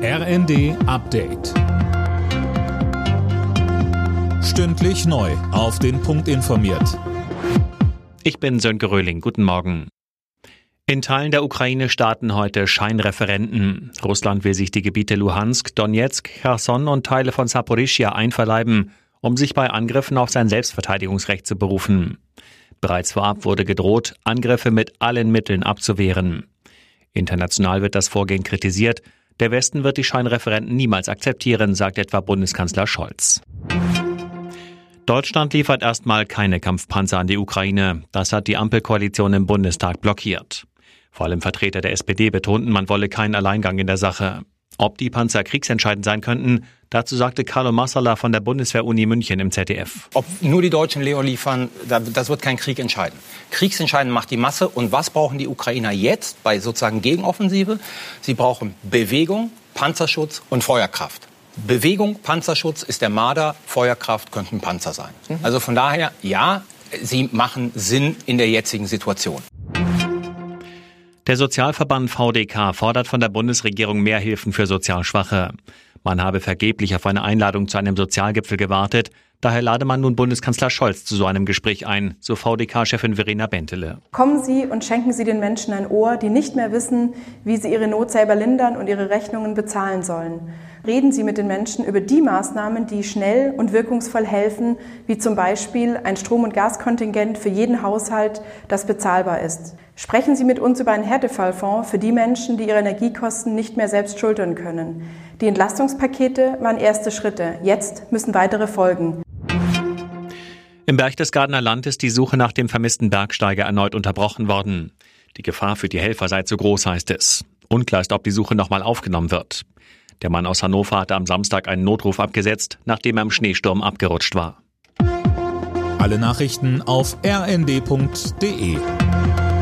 RND Update. Stündlich neu auf den Punkt informiert. Ich bin Sönke Röhling. Guten Morgen. In Teilen der Ukraine starten heute Scheinreferenden. Russland will sich die Gebiete Luhansk, Donetsk, Cherson und Teile von Saporischschja einverleiben, um sich bei Angriffen auf sein Selbstverteidigungsrecht zu berufen. Bereits vorab wurde gedroht, Angriffe mit allen Mitteln abzuwehren. International wird das Vorgehen kritisiert. Der Westen wird die Scheinreferenden niemals akzeptieren, sagt etwa Bundeskanzler Scholz. Deutschland liefert erstmal keine Kampfpanzer an die Ukraine. Das hat die Ampelkoalition im Bundestag blockiert. Vor allem Vertreter der SPD betonten, man wolle keinen Alleingang in der Sache. Ob die Panzer kriegsentscheidend sein könnten, dazu sagte Carlo Massala von der Bundeswehr-Uni München im ZDF. Ob nur die Deutschen Leon liefern, das wird kein Krieg entscheiden. Kriegsentscheidend macht die Masse. Und was brauchen die Ukrainer jetzt bei sozusagen Gegenoffensive? Sie brauchen Bewegung, Panzerschutz und Feuerkraft. Bewegung, Panzerschutz ist der Marder, Feuerkraft könnten Panzer sein. Also von daher, ja, sie machen Sinn in der jetzigen Situation. Der Sozialverband VDK fordert von der Bundesregierung mehr Hilfen für sozial Schwache. Man habe vergeblich auf eine Einladung zu einem Sozialgipfel gewartet. Daher lade man nun Bundeskanzler Scholz zu so einem Gespräch ein, so VDK-Chefin Verena Bentele. Kommen Sie und schenken Sie den Menschen ein Ohr, die nicht mehr wissen, wie sie ihre Not selber lindern und ihre Rechnungen bezahlen sollen. Reden Sie mit den Menschen über die Maßnahmen, die schnell und wirkungsvoll helfen, wie zum Beispiel ein Strom- und Gaskontingent für jeden Haushalt, das bezahlbar ist. Sprechen Sie mit uns über einen Härtefallfonds für die Menschen, die ihre Energiekosten nicht mehr selbst schultern können. Die Entlastungspakete waren erste Schritte. Jetzt müssen weitere folgen. Im Berchtesgadener Land ist die Suche nach dem vermissten Bergsteiger erneut unterbrochen worden. Die Gefahr für die Helfer sei zu groß, heißt es. Unklar ist, ob die Suche nochmal aufgenommen wird. Der Mann aus Hannover hatte am Samstag einen Notruf abgesetzt, nachdem er im Schneesturm abgerutscht war. Alle Nachrichten auf rnd.de.